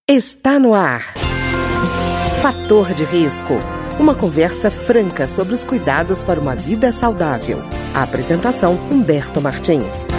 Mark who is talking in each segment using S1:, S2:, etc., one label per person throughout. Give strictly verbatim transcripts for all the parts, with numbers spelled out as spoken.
S1: Está no ar. Fator de risco. Uma conversa franca sobre os cuidados para uma vida saudável. A apresentação, Humberto Martins.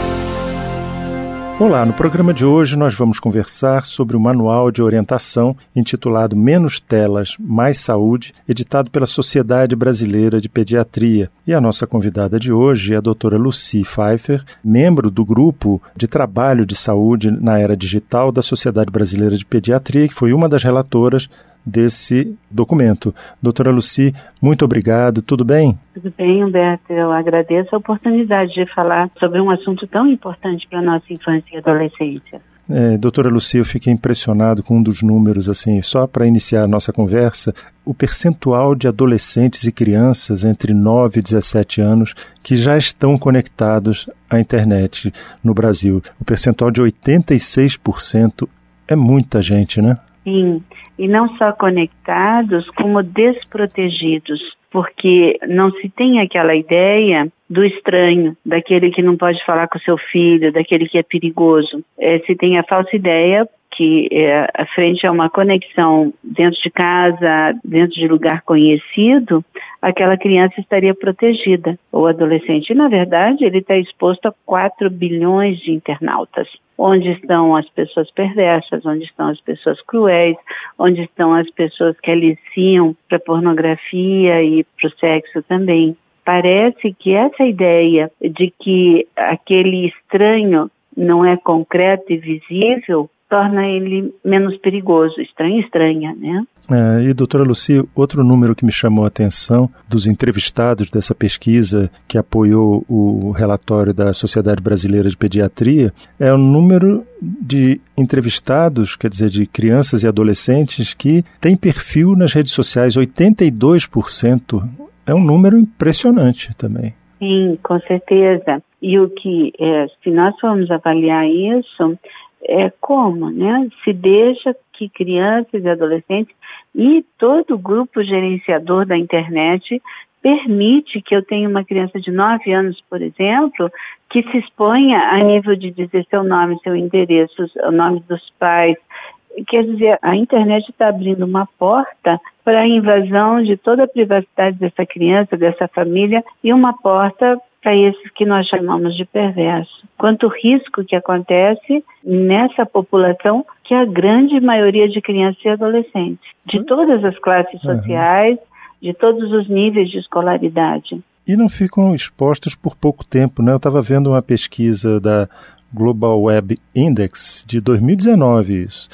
S2: Olá, no programa de hoje nós vamos conversar sobre o manual de orientação intitulado Menos Telas, Mais Saúde, editado pela Sociedade Brasileira de Pediatria. E a nossa convidada de hoje é a doutora Lucy Pfeiffer, membro do Grupo de Trabalho de Saúde na Era Digital da Sociedade Brasileira de Pediatria, que foi uma das relatoras desse documento. Doutora Lucy, muito obrigado. Tudo bem?
S3: Tudo bem, Humberto. Eu agradeço a oportunidade de falar sobre um assunto tão importante para a nossa infância e adolescência.
S2: É, doutora Lucy, eu fiquei impressionado com um dos números, assim, só para iniciar a nossa conversa, o percentual de adolescentes e crianças entre nove e dezessete anos que já estão conectados à internet no Brasil. O percentual de oitenta e seis por cento é muita gente, né?
S3: Sim, e não só conectados, como desprotegidos, porque não se tem aquela ideia do estranho, daquele que não pode falar com seu filho, daquele que é perigoso. É, se tem a falsa ideia que é, a frente a uma conexão dentro de casa, dentro de lugar conhecido, aquela criança estaria protegida, ou adolescente. E, na verdade, ele está exposto a quatro bilhões de internautas. Onde estão as pessoas perversas, onde estão as pessoas cruéis, onde estão as pessoas que aliciam para a pornografia e para o sexo também. Parece que essa ideia de que aquele estranho não é concreto e visível torna ele menos perigoso, estranho estranha, né?
S2: É, e, doutora Lucy, outro número que me chamou a atenção dos entrevistados dessa pesquisa que apoiou o relatório da Sociedade Brasileira de Pediatria é o número de entrevistados, quer dizer, de crianças e adolescentes que têm perfil nas redes sociais, oitenta e dois por cento. É um número impressionante também.
S3: Sim, com certeza. E o que, é, se nós formos avaliar isso, é como, né? Se deixa que crianças e adolescentes e todo o grupo gerenciador da internet permite que eu tenha uma criança de nove anos, por exemplo, que se exponha a nível de dizer seu nome, seu endereço, o nome dos pais. Quer dizer, a internet está abrindo uma porta para a invasão de toda a privacidade dessa criança, dessa família, e uma porta para esses que nós chamamos de perverso. Quanto risco que acontece nessa população, que é a grande maioria de crianças e adolescentes, de todas as classes sociais, de todos os níveis de escolaridade.
S2: E não ficam expostos por pouco tempo, né? Eu estava vendo uma pesquisa da Global Web Index de dois mil e dezenove, isso.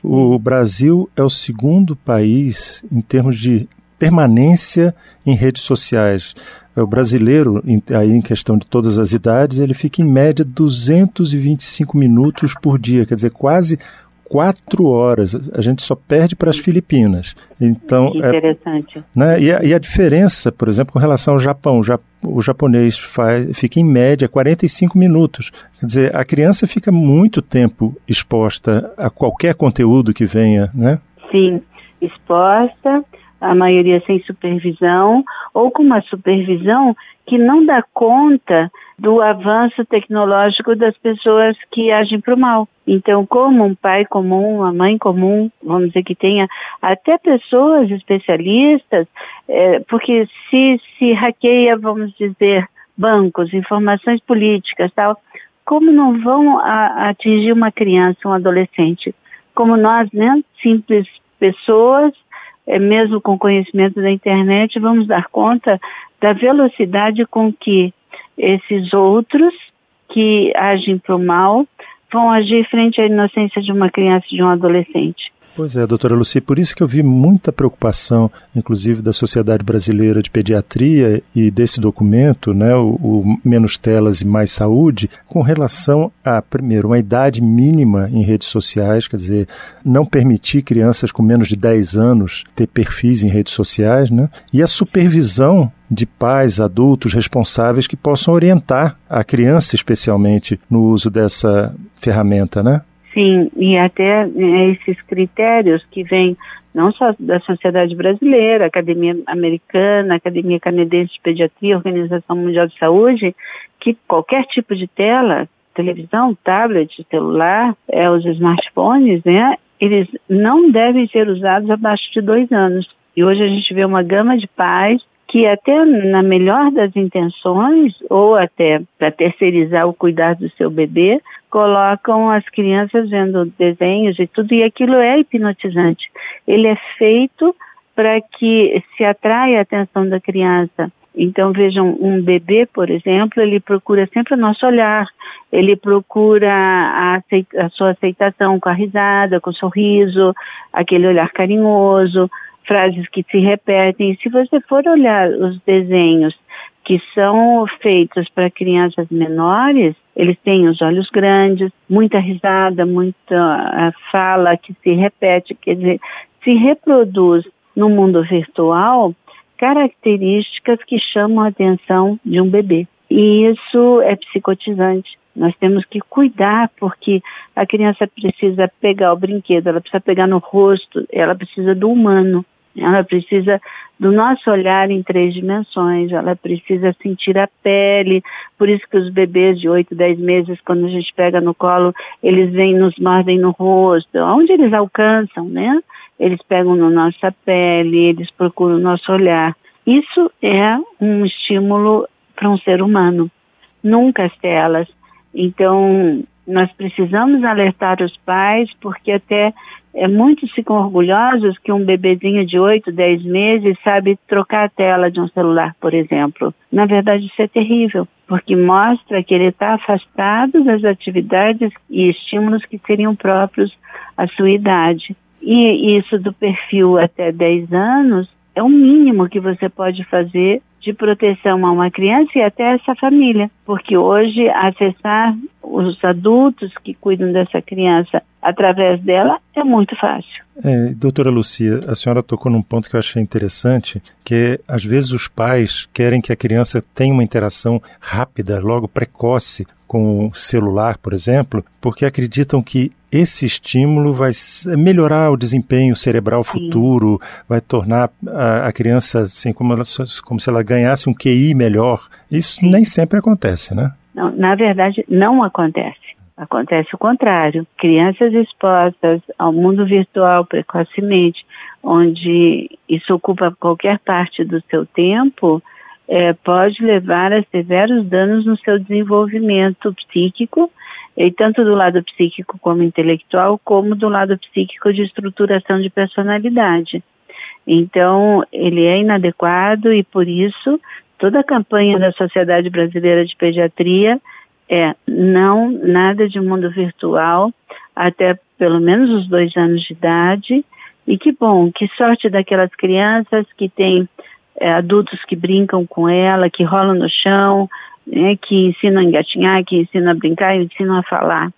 S2: O Brasil é o segundo país em termos de permanência em redes sociais. O brasileiro, aí em questão de todas as idades, ele fica em média duzentos e vinte e cinco minutos por dia, quer dizer, quase quatro horas. A gente só perde para as Filipinas. Então,
S3: interessante.
S2: É, né? e, a, e a diferença, por exemplo, com relação ao Japão, o japonês faz, fica em média quarenta e cinco minutos. Quer dizer, a criança fica muito tempo exposta a qualquer conteúdo que venha, né?
S3: Sim, exposta, a maioria sem supervisão, ou com uma supervisão que não dá conta do avanço tecnológico das pessoas que agem para o mal. Então, como um pai comum, uma mãe comum, vamos dizer que tenha até pessoas especialistas, é, porque se se hackeia, vamos dizer, bancos, informações políticas, tal, como não vão a, atingir uma criança, um adolescente? Como nós, né, simples pessoas, é, mesmo com conhecimento da internet, vamos dar conta da velocidade com que esses outros que agem para o mal vão agir frente à inocência de uma criança e de um adolescente.
S2: Pois é, doutora Lucy, por isso que eu vi muita preocupação, inclusive da Sociedade Brasileira de Pediatria e desse documento, né, o, o Menos Telas e Mais Saúde, com relação a, primeiro, uma idade mínima em redes sociais, quer dizer, não permitir crianças com menos de dez anos ter perfis em redes sociais, né, e a supervisão de pais, adultos responsáveis que possam orientar a criança, especialmente, no uso dessa ferramenta, né?
S3: Sim, e até né, esses critérios que vêm não só da Sociedade Brasileira, Academia Americana, Academia Canadense de Pediatria, Organização Mundial de Saúde, que qualquer tipo de tela, televisão, tablet, celular, é, os smartphones, né, eles não devem ser usados abaixo de dois anos. E hoje a gente vê uma gama de pais que até na melhor das intenções, ou até para terceirizar o cuidado do seu bebê, colocam as crianças vendo desenhos e tudo, e aquilo é hipnotizante. Ele é feito para que se atraia a atenção da criança. Então, vejam, um bebê, por exemplo, ele procura sempre o nosso olhar, ele procura a, aceita, a sua aceitação com a risada, com o sorriso, aquele olhar carinhoso, frases que se repetem. E se você for olhar os desenhos que são feitos para crianças menores, eles têm os olhos grandes, muita risada, muita fala que se repete, quer dizer, se reproduz no mundo virtual características que chamam a atenção de um bebê. E isso é psicotizante. Nós temos que cuidar, porque a criança precisa pegar o brinquedo, ela precisa pegar no rosto, ela precisa do humano. Ela precisa do nosso olhar em três dimensões, ela precisa sentir a pele, por isso que os bebês de oito, dez meses, quando a gente pega no colo, eles vêm, nos mordem no rosto, onde eles alcançam, né? Eles pegam na nossa pele, eles procuram o nosso olhar. Isso é um estímulo para um ser humano, nunca as telas. Então, nós precisamos alertar os pais, porque até é, muitos ficam orgulhosos que um bebezinho de oito, dez meses sabe trocar a tela de um celular, por exemplo. Na verdade, isso é terrível, porque mostra que ele está afastado das atividades e estímulos que seriam próprios à sua idade. E isso do perfil até dez anos é o mínimo que você pode fazer de proteção a uma criança e até essa família, porque hoje acessar os adultos que cuidam dessa criança através dela é muito fácil.
S2: É, doutora Lucia, a senhora tocou num ponto que eu achei interessante, que é, às vezes os pais querem que a criança tenha uma interação rápida, logo precoce, com o celular, por exemplo, porque acreditam que esse estímulo vai melhorar o desempenho cerebral futuro, sim, vai tornar a, a criança assim, como, ela, como se ela ganhasse um Q I melhor. Isso sim, nem sempre acontece, né?
S3: Não, na verdade, não acontece. Acontece o contrário. Crianças expostas ao mundo virtual precocemente, onde isso ocupa qualquer parte do seu tempo, é, pode levar a severos danos no seu desenvolvimento psíquico, e tanto do lado psíquico como intelectual, como do lado psíquico de estruturação de personalidade. Então, ele é inadequado e, por isso, toda a campanha da Sociedade Brasileira de Pediatria é não, nada de mundo virtual, até pelo menos os dois anos de idade. E que bom, que sorte daquelas crianças que têm é, adultos que brincam com ela, que rolam no chão, né, que ensinam a engatinhar, que ensinam a brincar e ensinam a falar.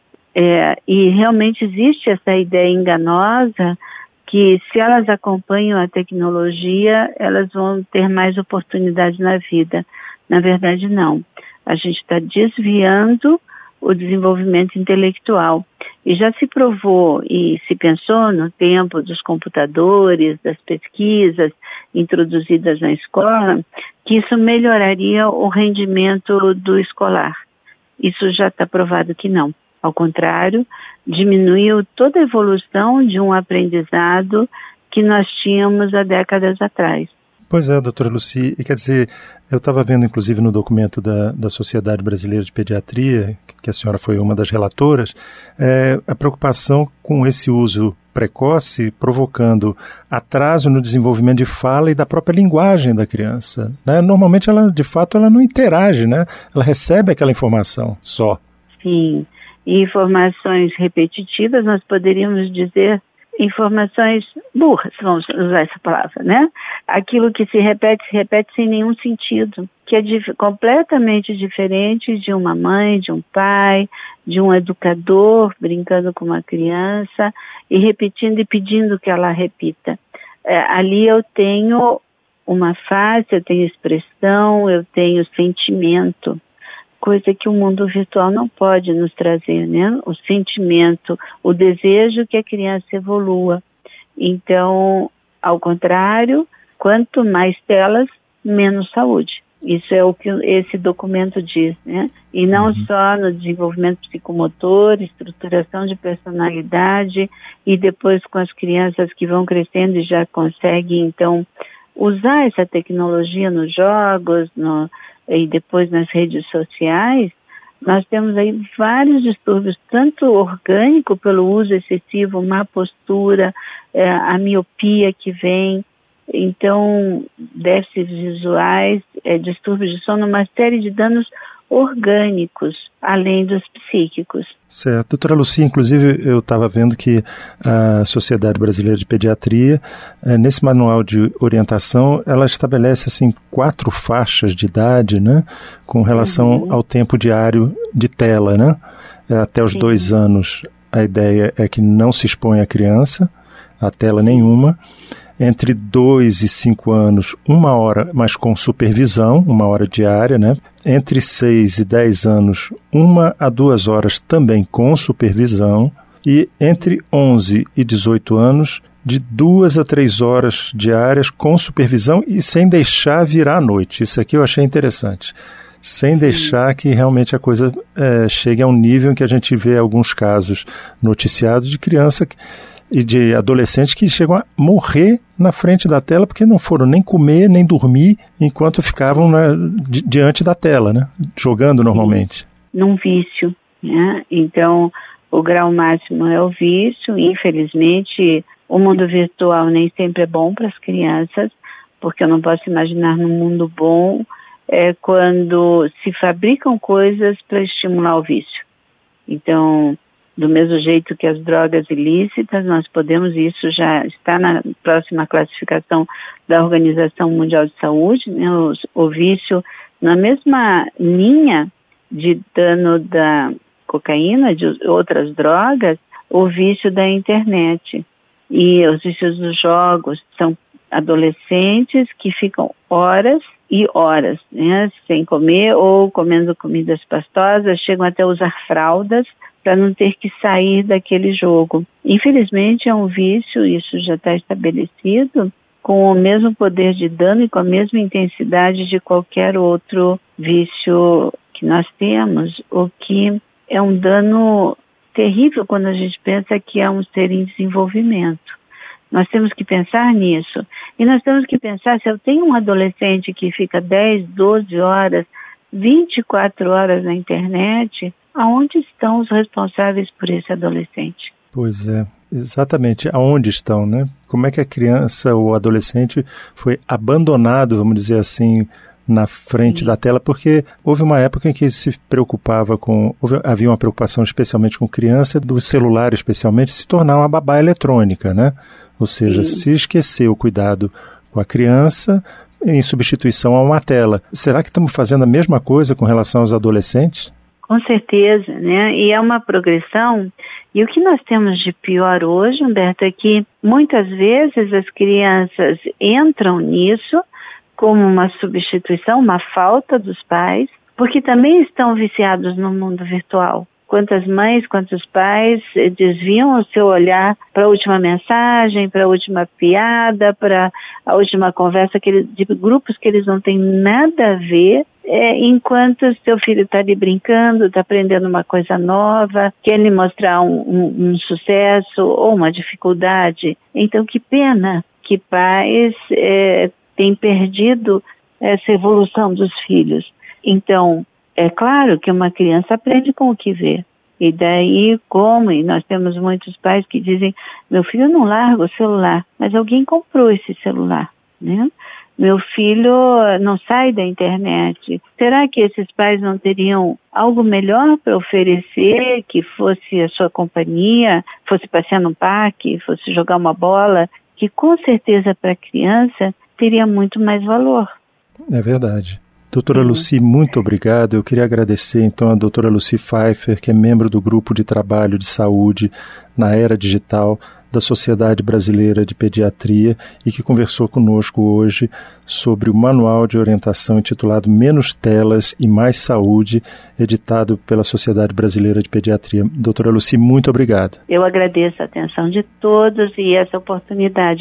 S3: É, e realmente existe essa ideia enganosa que se elas acompanham a tecnologia, elas vão ter mais oportunidades na vida. Na verdade, não. A gente está desviando o desenvolvimento intelectual. E já se provou e se pensou no tempo dos computadores, das pesquisas introduzidas na escola, que isso melhoraria o rendimento do escolar. Isso já está provado que não. Ao contrário, diminuiu toda a evolução de um aprendizado que nós tínhamos há décadas atrás.
S2: Pois é, doutora Lucia, e quer dizer, eu estava vendo inclusive no documento da, da Sociedade Brasileira de Pediatria, que a senhora foi uma das relatoras, é, a preocupação com esse uso precoce, provocando atraso no desenvolvimento de fala e da própria linguagem da criança, né? Normalmente, ela, de fato, ela não interage, né? Ela recebe aquela informação só.
S3: Sim, e informações repetitivas, nós poderíamos dizer informações burras, vamos usar essa palavra, né? Aquilo que se repete, se repete sem nenhum sentido, que é dif- completamente diferente de uma mãe, de um pai, de um educador brincando com uma criança e repetindo e pedindo que ela repita. É, ali eu tenho uma face, eu tenho expressão, eu tenho sentimento, coisa que o mundo virtual não pode nos trazer, né? O sentimento, o desejo que a criança evolua. Então, ao contrário, quanto mais telas, menos saúde. Isso é o que esse documento diz, né? E não uhum. só no desenvolvimento psicomotor, estruturação de personalidade, e depois com as crianças que vão crescendo e já conseguem, então, usar essa tecnologia nos jogos no, e depois nas redes sociais. Nós temos aí vários distúrbios, tanto orgânico pelo uso excessivo, má postura, é, a miopia que vem, então déficits visuais, é, distúrbios de sono, uma série de danos orgânicos, além dos psíquicos.
S2: Certo. Doutora Lucy, inclusive eu estava vendo que a Sociedade Brasileira de Pediatria, é, nesse manual de orientação, ela estabelece assim quatro faixas de idade, né, com relação uhum. ao tempo diário de tela, né? É, até os Sim. dois anos a ideia é que não se expõe a criança a tela nenhuma. Entre dois e cinco anos, uma hora, mas com supervisão, uma hora diária, né? Entre seis e dez anos, uma a duas horas também com supervisão. E entre onze e dezoito anos, de duas a três horas diárias com supervisão e sem deixar virar à noite. Isso aqui eu achei interessante. Sem deixar que realmente a coisa é, chegue a um nível em que a gente vê alguns casos noticiados de criança que, e de adolescentes que chegam a morrer na frente da tela porque não foram nem comer, nem dormir enquanto ficavam na, di, diante da tela, né? Jogando normalmente.
S3: Num vício, né? Então, o grau máximo é o vício. Infelizmente, o mundo virtual nem sempre é bom para as crianças, porque eu não posso imaginar num mundo bom é, quando se fabricam coisas para estimular o vício. Então, do mesmo jeito que as drogas ilícitas, nós podemos, e isso já está na próxima classificação da Organização Mundial de Saúde, né, o, o vício, na mesma linha de dano da cocaína, de outras drogas, o vício da internet. E os vícios dos jogos são adolescentes que ficam horas e horas, né, sem comer ou comendo comidas pastosas, chegam até a usar fraldas para não ter que sair daquele jogo. Infelizmente é um vício, isso já está estabelecido, com o mesmo poder de dano e com a mesma intensidade de qualquer outro vício que nós temos, o que é um dano terrível quando a gente pensa que é um ser em desenvolvimento. Nós temos que pensar nisso. E nós temos que pensar, se eu tenho um adolescente que fica dez, doze horas, vinte e quatro horas na internet, aonde estão os responsáveis por esse adolescente?
S2: Pois é, exatamente. Aonde estão, né? Como é que a criança ou adolescente foi abandonado, vamos dizer assim, na frente Sim. da tela? Porque houve uma época em que se preocupava com... Houve, havia uma preocupação especialmente com criança, do celular especialmente, se tornar uma babá eletrônica, né? Ou seja, Sim. se esquecer o cuidado com a criança em substituição a uma tela. Será que estamos fazendo a mesma coisa com relação aos adolescentes?
S3: Com certeza, né? E é uma progressão. E o que nós temos de pior hoje, Humberto, é que muitas vezes as crianças entram nisso como uma substituição, uma falta dos pais, porque também estão viciados no mundo virtual. Quantas mães, quantos pais desviam o seu olhar para a última mensagem, para a última piada, para a última conversa que eles, de grupos que eles não têm nada a ver, é, enquanto seu filho está ali brincando, está aprendendo uma coisa nova, quer lhe mostrar um, um, um sucesso ou uma dificuldade. Então, que pena que pais é, têm perdido essa evolução dos filhos. Então, é claro que uma criança aprende com o que vê. E daí, como, e nós temos muitos pais que dizem, meu filho não larga o celular, mas alguém comprou esse celular, né? Meu filho não sai da internet. Será que esses pais não teriam algo melhor para oferecer, que fosse a sua companhia, fosse passear no parque, fosse jogar uma bola, que com certeza para a criança teria muito mais valor?
S2: É verdade. Doutora Lucy, muito obrigado. Eu queria agradecer então a doutora Lucy Pfeiffer, que é membro do Grupo de Trabalho de Saúde na Era Digital da Sociedade Brasileira de Pediatria e que conversou conosco hoje sobre o manual de orientação intitulado Menos Telas e Mais Saúde, editado pela Sociedade Brasileira de Pediatria. Doutora Lucy, muito obrigado.
S3: Eu agradeço a atenção de todos e essa oportunidade, Humberto.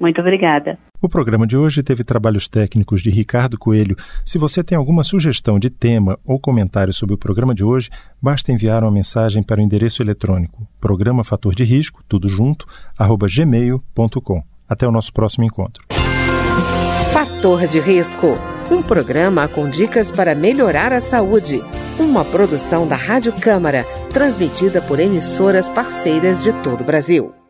S3: Muito obrigada.
S2: O programa de hoje teve trabalhos técnicos de Ricardo Coelho. Se você tem alguma sugestão de tema ou comentário sobre o programa de hoje, basta enviar uma mensagem para o endereço eletrônico programa fator de risco, tudo junto, arroba gmail ponto com. Até o nosso próximo encontro.
S1: Fator de Risco, um programa com dicas para melhorar a saúde. Uma produção da Rádio Câmara, transmitida por emissoras parceiras de todo o Brasil.